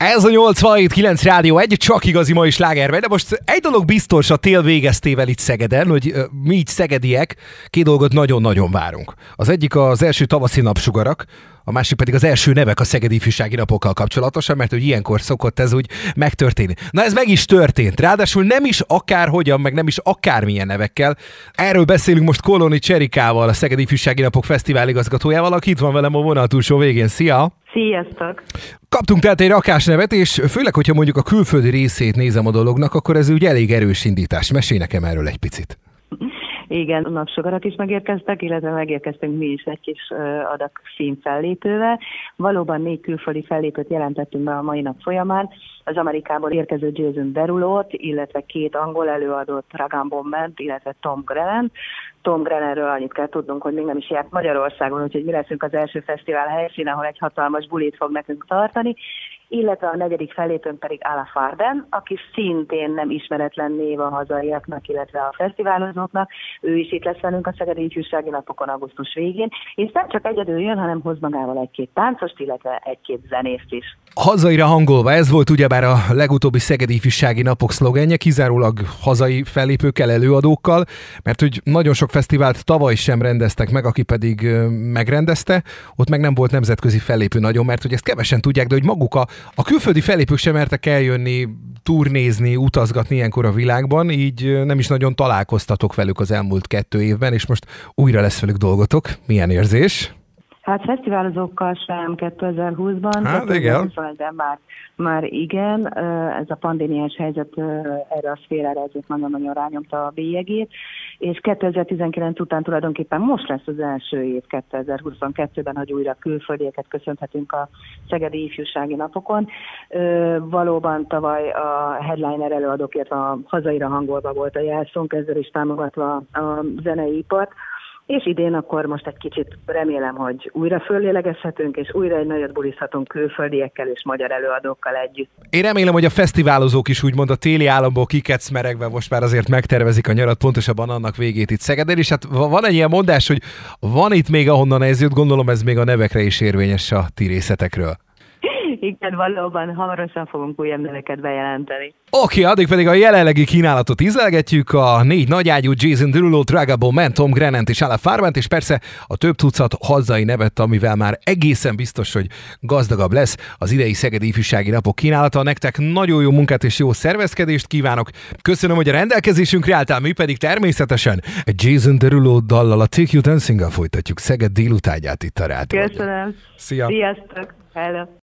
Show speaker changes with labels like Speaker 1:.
Speaker 1: Ez a 87.9 Rádió egy csak igazi mai slágerben, de most egy dolog biztos a tél végeztével itt Szegeden, hogy mi így szegediek két dolgot nagyon-nagyon várunk. Az egyik az első tavaszi napsugarak, a másik pedig az első nevek a Szegedi Ifjúsági Napokkal kapcsolatosan, mert hogy ilyenkor szokott ez úgy megtörténni. Na ez meg is történt, ráadásul nem is akárhogyan, meg nem is akármilyen nevekkel. Erről beszélünk most Koloni Cserikával, a Szegedi Ifjúsági Napok Fesztivál igazgatójával, aki itt van velem a vonal túlsó végén. Szia!
Speaker 2: Sziasztok!
Speaker 1: Kaptunk tehát egy rakásnevet, és főleg, hogyha mondjuk a külföldi részét nézem a dolognak, akkor ez úgy elég erős indítás. Mesélj nekem erről egy picit.
Speaker 2: Igen, napsugarak is megérkeztek, illetve megérkeztünk mi is egy kis adag színfellépővel. Valóban 4 külföldi fellépőt jelentettünk be a mai nap folyamán. Az Amerikából érkező Jason Derulót, illetve 2 angol előadót, Ragan Bombent, illetve Tom Grennan. Tom Grennanről annyit kell tudnunk, hogy még nem is járt Magyarországon, úgyhogy mi leszünk az első fesztivál helyszín, ahol egy hatalmas bulit fog nekünk tartani, illetve a 4. fellépőnk pedig Ala Farben, aki szintén nem ismeretlen név a hazaiaknak, illetve a fesztiválozóknak. Ő is itt lesz velünk a Szegedi Ifjúsági Napokon augusztus végén, és nem csak egyedül jön, hanem hoz magával 1-2 táncost, illetve 1-2 zenészt is.
Speaker 1: Hazaira hangolva, ez volt ugyebár a legutóbbi Szegedi Ifjúsági Napok szlogenje, kizárólag hazai fellépőkkel, előadókkal, mert hogy nagyon sok fesztivált tavaly sem rendeztek meg, aki pedig megrendezte, ott meg nem volt nemzetközi fellépő nagyon, mert hogy ezt kevesen tudják, de hogy maguk a külföldi fellépők sem mertek eljönni, turnézni, utazgatni ilyenkor a világban, így nem is nagyon találkoztatok velük az elmúlt 2 évben, és most újra lesz velük dolgotok. Milyen érzés?
Speaker 2: Hát fesztiválozókkal sem 2020-ban,
Speaker 1: hát igen.
Speaker 2: De már igen, ez a pandémiás helyzet erre a szférára ezért nagyon-nagyon rányomta a bélyegét, és 2019 után tulajdonképpen most lesz az első év 2022-ben, hogy újra külföldieket köszönhetünk a Szegedi Ifjúsági Napokon. Valóban tavaly a headliner előadókért a hazaira hangolva volt a jelszónk, ezzel is támogatva a zenei ipart. És idén akkor most egy kicsit remélem, hogy újra föllélegezhetünk, és újra egy nagyot bulizhatunk külföldiekkel és magyar előadókkal együtt.
Speaker 1: Én remélem, hogy a fesztiválozók is úgymond a téli államból kikecmeregve most már azért megtervezik a nyarat, pontosabban annak végét itt Szegeden, és hát van egy ilyen mondás, hogy van itt még ahonnan ez jött, gondolom ez még a nevekre is érvényes a ti részletekről.
Speaker 2: Igen, valóban hamarosan fogunk újabb neveket bejelenteni.
Speaker 1: Oké, addig pedig a jelenlegi kínálatot ízlelgetjük, a 4 nagyágyú Jason Derulo, Ragan Bombent, Tom Grennant és Ala Farbent, és persze a több tucat hazai nevet, amivel már egészen biztos, hogy gazdagabb lesz az idei Szegedi Ifjúsági Napok kínálata. Nektek nagyon jó munkát és jó szervezkedést kívánok. Köszönöm, hogy a rendelkezésünkre álltál, mi pedig természetesen Jason Derulo dallal, a Take You Dancing-gal folytatjuk Szeged délutánját itt a rádióban.
Speaker 2: Köszönöm.
Speaker 1: Szia!
Speaker 2: Sziasztok! Hello!